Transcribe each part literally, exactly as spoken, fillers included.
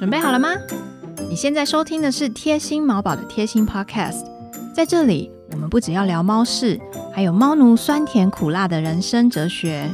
准备好了吗？你现在收听的是贴心毛宝的贴心 Podcast， 在这里我们不只要聊猫事，还有猫奴酸甜苦辣的人生哲学。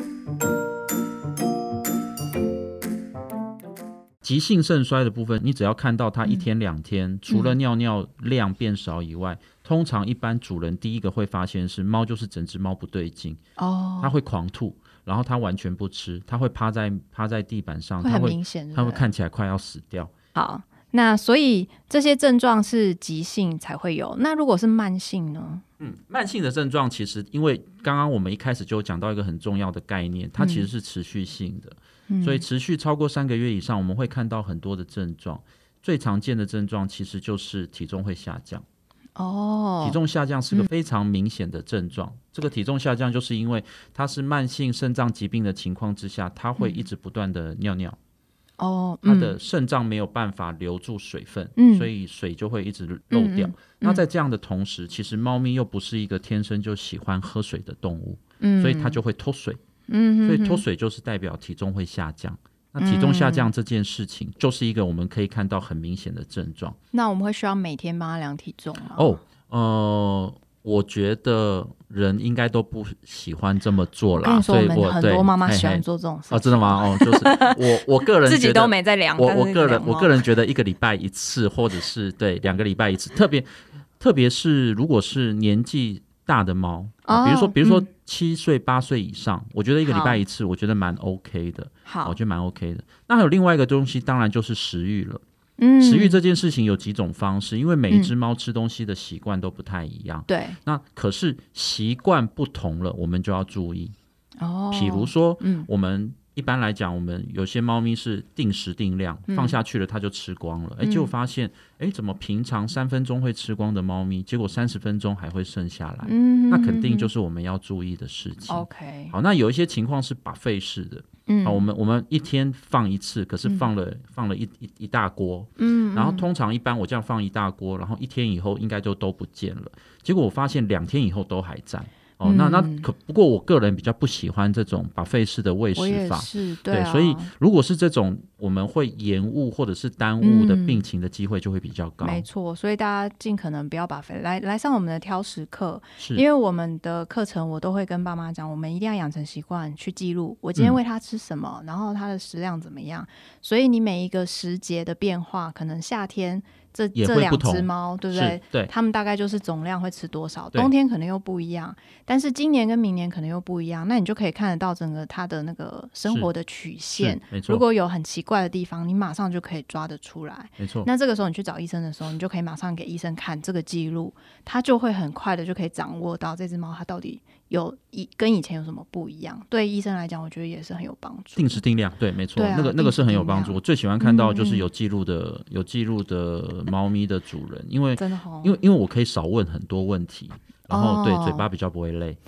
急性肾衰的部分，你只要看到它一天两天、嗯、除了尿尿量变少以外、嗯、通常一般主人第一个会发现是猫就是整只猫不对劲哦，它会狂吐，然后它完全不吃，它会趴在趴在地板上， 会很明显， 它会看起来快要死掉。 好，那所以这些症状是急性才会有，那如果是慢性呢？ 嗯，慢性的症状其实因为刚刚我们一开始就讲到一个很重要的概念，它其实是持续性的、嗯、所以持续超过三个月以上，我们会看到很多的症状。最常见的症状其实就是体重会下降哦，体重下降是个非常明显的症状、嗯、这个体重下降就是因为它是慢性肾脏疾病的情况之下，它会一直不断的尿尿哦，它的肾脏没有办法留住水分、嗯、所以水就会一直漏掉、嗯嗯、那在这样的同时，其实猫咪又不是一个天生就喜欢喝水的动物、嗯、所以它就会脱水、嗯、所以脱水就是代表体重会下降、嗯、那体重下降这件事情就是一个我们可以看到很明显的症状。 那我们会需要每天帮它量体重吗？ 哦，呃我觉得人应该都不喜欢这么做啦。 我跟你说，我们很多妈妈喜欢做这种事情。 哦，真的吗？哦，就是我我个人觉得自己都没在量， 我我个人我个人觉得一个礼拜一次，或者是对两个礼拜一次，特别特别是如果是年纪大的猫、哦、比如说比如说七岁八岁以上、嗯，我觉得一个礼拜一次，我觉得蛮 OK 的。好，我觉得蛮 OK 的。那还有另外一个东西，当然就是食欲了。嗯、食欲这件事情有几种方式，因为每一只猫吃东西的习惯都不太一样、嗯、对，那可是习惯不同了，我们就要注意哦。比如说、嗯、我们一般来讲，我们有些猫咪是定时定量、嗯、放下去了它就吃光了，哎、嗯，结果发现哎，怎么平常三分钟会吃光的猫咪，结果三十分钟还会剩下来、嗯、那肯定就是我们要注意的事情。 OK， 好，那有一些情况是buffet式的，嗯，好，我们我们一天放一次，可是放了、嗯、放了一 一, 一大锅，嗯，然后通常一般我这样放一大锅，然后一天以后应该就都不见了，结果我发现两天以后都还在。哦，那那可不过我个人比较不喜欢这种buffet式的喂食法，是 对,、啊、对，所以如果是这种我们会延误或者是耽误的病情的机会就会比较高、嗯、 没错，所以大家尽可能不要buffet，来来上我们的挑食课，因为我们的课程我都会跟爸妈讲，我们一定要养成习惯去记录我今天喂它吃什么、嗯、然后它的食量怎么样，所以你每一个时节的变化，可能夏天这这两只猫对不对？对，他们大概就是总量会吃多少，冬天可能又不一样，但是今年跟明年可能又不一样，那你就可以看得到整个它的那个生活的曲线，如果有很奇怪的地方，你马上就可以抓得出来。没错，那这个时候你去找医生的时候，你就可以马上给医生看这个记录，他就会很快的就可以掌握到这只猫它到底有跟以前有什么不一样。对医生来讲，我觉得也是很有帮助。 定时定量，对，没错、啊、那个那个是很有帮助。我最喜欢看到就是有记录的、嗯、有记录的猫咪的主人，因为真的、哦、因为因为我可以少问很多问题，然后、哦、对嘴巴比较不会累。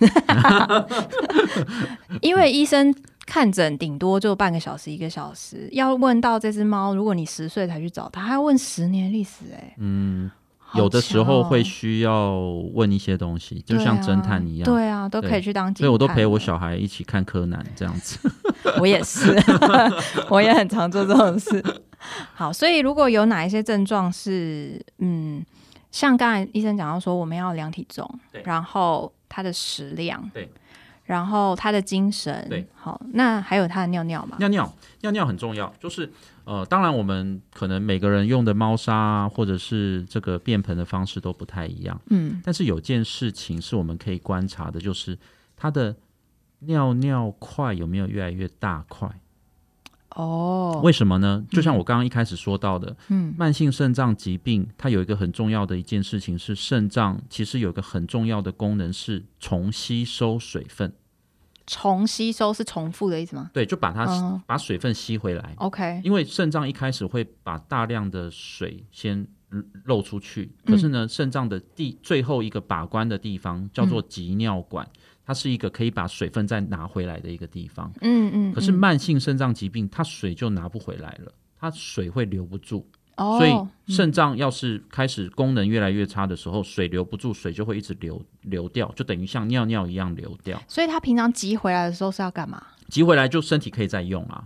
因为医生看诊顶多就半个小时一个小时，要问到这只猫，如果你十岁才去找它，还要问十年历史。哎，嗯。有的时候会需要问一些东西，就像侦探一样。 对啊，都可以去当警探。 所以我都陪我小孩一起看柯南这样子。 我也是，我也很常做这种事。好，所以如果有哪一些症状是，嗯，像刚才医生讲到说，我们要量体重，然后他的食量，对，然后他的精神，对，好，那还有他的尿尿嘛？ 尿尿，尿尿很重要，就是呃，当然我们可能每个人用的猫砂、啊、或者是这个便盆的方式都不太一样，嗯，但是有件事情是我们可以观察的，就是他的尿尿块有没有越来越大块。哦，为什么呢？就像我刚刚一开始说到的，嗯，慢性肾脏疾病它有一个很重要的一件事情是，肾脏其实有一个很重要的功能是重吸收水分。 重吸收是重复的意思吗？ 对，就把它、嗯、把水分吸回来。OK， 因为肾脏一开始会把大量的水先漏出去，可是呢，肾脏的第最后一个把关的地方叫做集尿管。嗯，它是一个可以把水分再拿回来的一个地方。嗯嗯。可是慢性肾脏疾病，它水就拿不回来了，它水会留不住。哦。所以肾脏要是开始功能越来越差的时候，水留不住，水就会一直流流掉，就等于像尿尿一样流掉。 所以它平常集回来的时候是要干嘛？ 集回来就身体可以再用啊。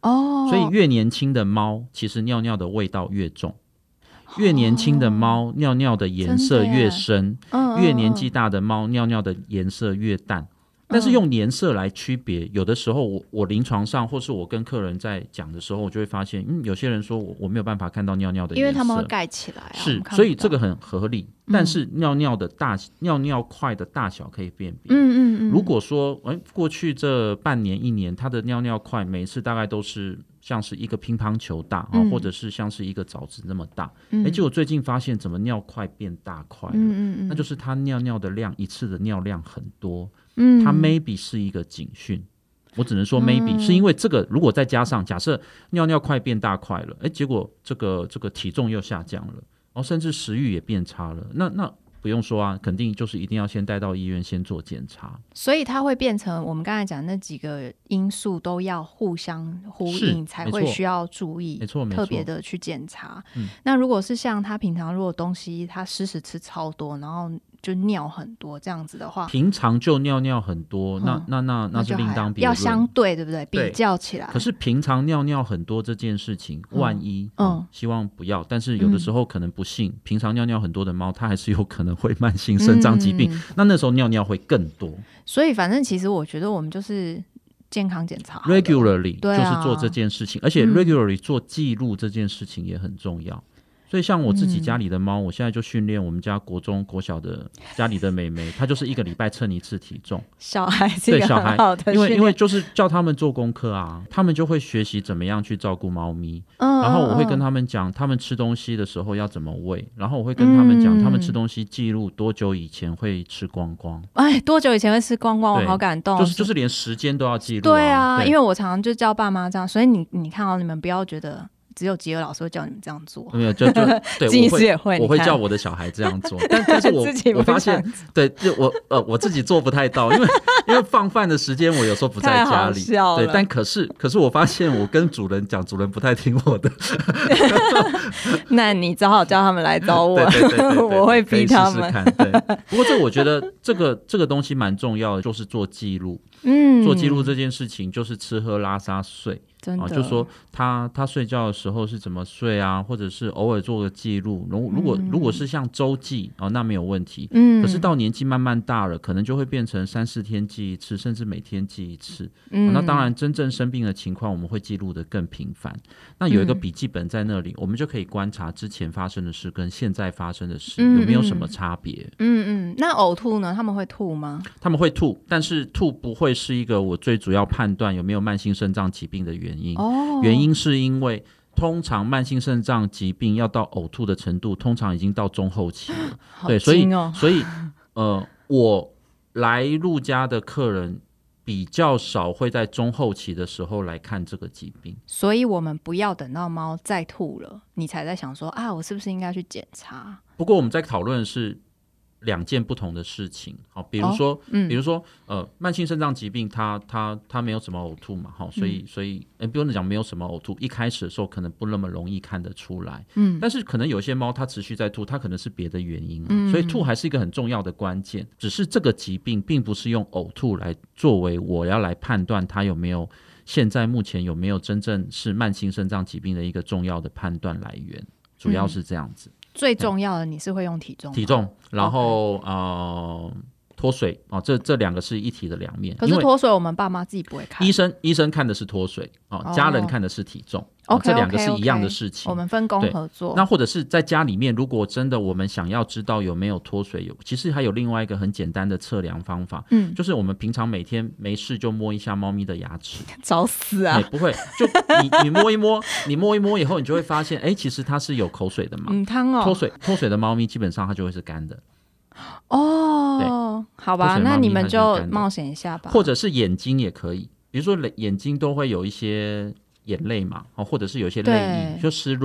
哦， 所以越年轻的猫其实尿尿的味道越重，越年轻的猫尿尿的颜色越深， 嗯、 越年纪大的猫尿尿的颜色越淡。但是用颜色来区别，有的时候我我临床上或是我跟客人在讲的时候，我就会发现，嗯，有些人说我我没有办法看到尿尿的颜色， 因为他们会盖起来、啊， 是，所以这个很合理。嗯、但是尿尿的大尿尿块的大小可以辨别。嗯嗯嗯。如果说，哎，过去这半年一年，它的尿尿块每次大概都是像是一个乒乓球大，嗯、或者是像是一个枣子那么大，哎、嗯，结果最近发现怎么尿块变大块了？嗯嗯嗯，那就是它尿尿的量一次的尿量很多。嗯，它 maybe 是一个警讯，我只能说 maybe、嗯、是因为这个，如果再加上假设尿尿块变大块了，哎，结果这个这个体重又下降了，然后甚至食欲也变差了，那那不用说啊，肯定就是一定要先带到医院先做检查。 所以它会变成我们刚才讲那几个因素都要互相呼应，才会需要注意， 没错， 特别的去检查、嗯。那如果是像他平常如果东西他湿食吃超多，然后就尿很多这样子的话， 平常就尿尿很多，嗯、那那那那是另当别论， 要相对对不对？比较起来。 可是平常尿尿很多这件事情，嗯、万一、嗯嗯，希望不要，但是有的时候可能不幸，嗯、平常尿尿很多的猫，它还是有可能会慢性肾脏疾病、嗯，那那时候尿尿会更多。 所以反正其实我觉得我们就是健康检查 regularly、 啊、 就是做这件事情，而且 regularly 做记录这件事情也很重要。所以像我自己家里的猫、嗯、我现在就训练我们家国中国小的家里的妹妹，她就是一个礼拜称一次体重。 小孩是一个很好的训练， 因为因为就是叫他们做功课啊，他们就会学习怎么样去照顾猫咪、嗯、然后我会跟他们讲他们吃东西的时候要怎么喂，然后我会跟他们讲、嗯、他们吃东西记录多久以前会吃光光。 哎，多久以前会吃光光，我好感动。 就是就是连时间都要记录、啊、 对啊对，因为我常常就教爸妈这样，所以你你看到、哦、你们不要觉得只有吉尔老师会叫你们这样做， 没有就就对， 技师也会， 我会叫我的小孩这样做，但但是我我发现，对，就我呃我自己做不太到，因为因为放饭的时间我有时候不在家里，对，但可是可是我发现我跟主人讲，主人不太听我的， 那你只好叫他们来找我，对对对对对我会逼他们。 可以试试看，对。不过这我觉得这个这个东西蛮重要的，就是做记录，嗯，做记录这件事情就是吃喝拉撒睡。 真的、啊、 就说他他睡觉的时候是怎么睡啊，或者是偶尔做个记录。如如果、嗯、如果是像周记、哦、那没有问题。嗯，可是到年纪慢慢大了，可能就会变成三四天记一次，甚至每天记一次。嗯，哦、那当然真正生病的情况，我们会记录得更频繁。那有一个笔记本在那里、嗯，我们就可以观察之前发生的事跟现在发生的事、嗯、有没有什么差别。 嗯嗯，那呕吐呢？他们会吐吗？ 他们会吐，但是吐不会是一个我最主要判断有没有慢性肾脏疾病的原因。哦，原因是因为通常慢性肾脏疾病要到呕吐的程度，通常已经到中后期了。对，所以所以呃，我来陆家的客人比较少会在中后期的时候来看这个疾病， 所以我们不要等到猫再吐了，你才在想说啊，我是不是应该去检查？ 不过我们在讨论的是两件不同的事情，好，比如说，哦嗯、比如说，呃，慢性肾脏疾病它，它它它没有什么呕吐嘛，好，所以、嗯、所以，呃，不用讲没有什么呕吐，一开始的时候可能不那么容易看得出来，嗯，但是可能有些猫它持续在吐，它可能是别的原因、啊嗯，所以吐还是一个很重要的关键。只是这个疾病并不是用呕吐来作为我要来判断它有没有现在目前有没有真正是慢性肾脏疾病的一个重要的判断来源，主要是这样子。嗯， 最重要的你是会用体重吗？ 体重，然后、okay. 呃脱水、哦、这这两个是一体的两面。 可是脱水我们爸妈自己不会看， 医生医生看的是脱水、哦哦、家人看的是体重、哦 okay, 这两个是一样的事情， okay, okay. 我们分工合作。 那或者是在家里面，如果真的我们想要知道有没有脱水，有其实还有另外一个很简单的测量方法、嗯、就是我们平常每天没事就摸一下猫咪的牙齿， 找死啊、 欸、不会，就 你, 你摸一摸你摸一摸以后，你就会发现哎、欸，其实它是有口水的嘛。 嗯，汤哦， 脱水脱水的猫咪基本上它就会是干的。 哦，好吧，那你们就冒险一下吧。 或者是眼睛也可以，比如说眼睛都会有一些眼泪嘛，或者是有一些泪液就湿润，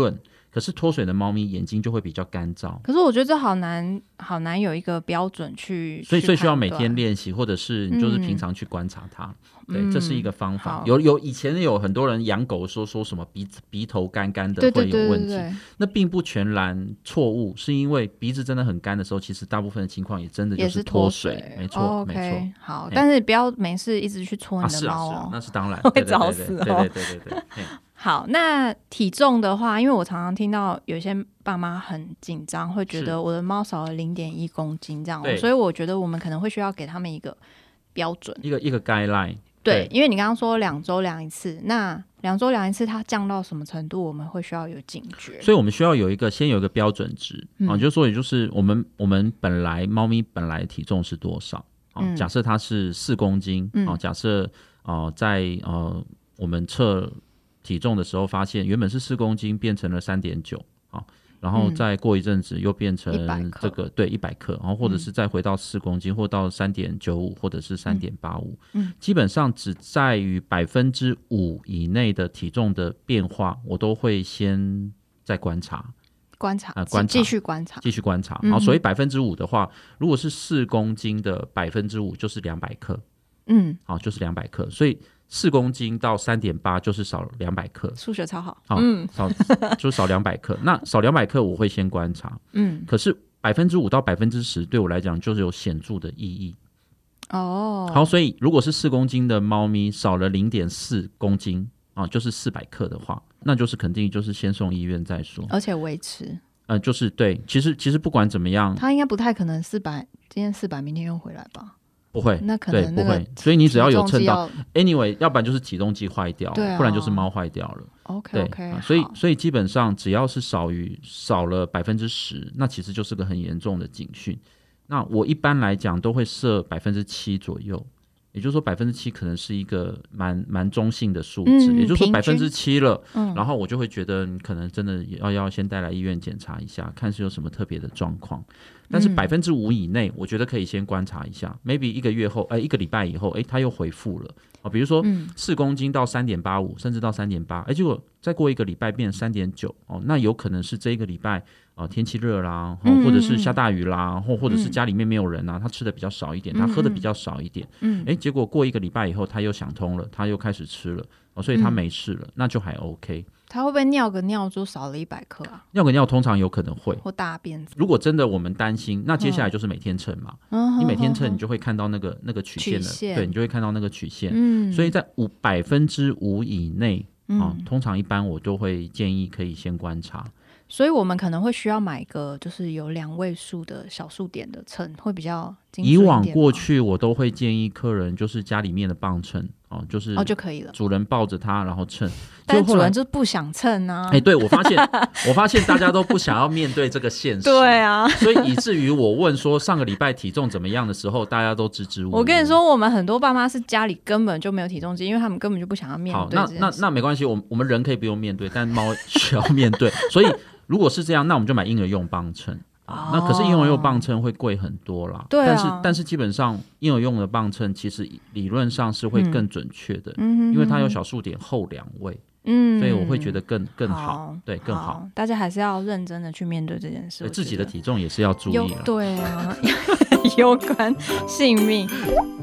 可是脱水的猫咪眼睛就会比较干燥。 可是我觉得这好难好难有一个标准去， 所以所以需要每天练习，或者是你就是平常去观察它。嗯、对，这是一个方法。有有以前有很多人养狗说说什么鼻鼻头干干的会有问题，对对对对对，那并不全然错误，是因为鼻子真的很干的时候，其实大部分的情况也真的就是脱水， 也是脱水没错、 哦、 没错。 okay, 好，但是不要没事一直去搓你的猫哦， 啊是啊是啊，那是当然会找死哦。 对对对对对对。 好，那体重的话，因为我常常听到有些爸妈很紧张，会觉得我的猫少了零点一公斤这样，所以我觉得我们可能会需要给他们一个标准， 一个一个 guideline。 对，因为你刚刚说两周量一次，那两周量一次，它降到什么程度，我们会需要有警觉。 所以我们需要有一个先有一个标准值、嗯啊、就是说，也就是我们我们本来猫咪本来体重是多少、啊嗯、假设它是四公斤、嗯啊、假设、呃、在呃我们测体重的时候发现原本是四公斤变成了三点九，然后再过一阵子又变成这个、嗯、对一百克，然后或者是再回到四公斤、嗯、或到三点九五或者是三点八五，基本上只在于百分之五以内的体重的变化，我都会先再观察。 观察，呃、观察继续观察， 继续观察。然后所以百分之五的话，如果是四公斤的百分之五就是两百克，嗯，好，就是两百克，所以四公斤到三点八就是少两百克， 数学超好， 好，嗯，少就少两百克。那少两百克我会先观察，嗯，可是百分之五到百分之十对我来讲就是有显著的意义。哦，好，所以如果是四公斤的猫咪少了零点四公斤啊，就是四百克的话，那就是肯定就是先送医院再说， 而且维持。 呃，就是对，其实其实不管怎么样， 它应该不太可能四百，今天四百，明天又回来吧。 不会， 那可能那对不会，所以你只要有称到 ，anyway， 要不然就是体重计坏掉了、啊，不然就是猫坏掉了。 OK OK，、 啊、所以所以基本上只要是少于少了百分之十，那其实就是个很严重的警讯。那我一般来讲都会设百分之七左右，也就是说百分之七可能是一个蛮蛮中性的数字，嗯、也就是说百分之七了、嗯，然后我就会觉得你可能真的要要先带来医院检查一下，看是有什么特别的状况。但是百分之五以内，我觉得可以先观察一下、嗯、，maybe 一个月后，哎、欸，一个礼拜以后，哎、欸，它又恢复了、哦、比如说四公斤到三点八五，甚至到三点八，哎，结果再过一个礼拜变三点九，哦，那有可能是这一个礼拜啊、呃、天气热啦、哦，或者是下大雨啦，或或者是家里面没有人啊，他吃的比较少一点，他喝的比较少一点，嗯，哎，结果过一个礼拜以后，他又想通了，他又开始吃了，哦，所以他没事了，嗯、那就还 OK。 他会不会尿个尿就少了一百克啊？ 尿个尿通常有可能会， 或大便。 如果真的我们担心，那接下来就是每天称嘛。嗯、你每天称，你就会看到那个那个曲线的，线对，你就会看到那个曲线。嗯，所以在五百分之五以内、嗯啊，通常一般我都会建议可以先观察。 所以我们可能会需要买个就是有两位数的小数点的秤，会比较精准一点。以往过去我都会建议客人就是家里面的磅秤。哦，就是哦就可以了。主人抱着它，然后称， 但是主人就不想称啊。 哎、欸，对我发现，我发现大家都不想要面对这个现实。 对啊， 所以以至于我问说上个礼拜体重怎么样的时候，大家都支支吾吾。 我跟你说，我们很多爸妈是家里根本就没有体重机，因为他们根本就不想要面对这件事。 好，那那那没关系，我我们人可以不用面对，但猫需要面对。所以如果是这样，那我们就买婴儿用磅秤。那可是婴儿用磅秤会贵很多啦，对、啊、但是但是基本上婴儿用的磅秤其实理论上是会更准确的、嗯，因为它有小数点后两位，嗯，所以我会觉得更更好，好对更好, 好。 大家还是要认真的去面对这件事， 自己的体重也是要注意了， 对啊，攸关性命。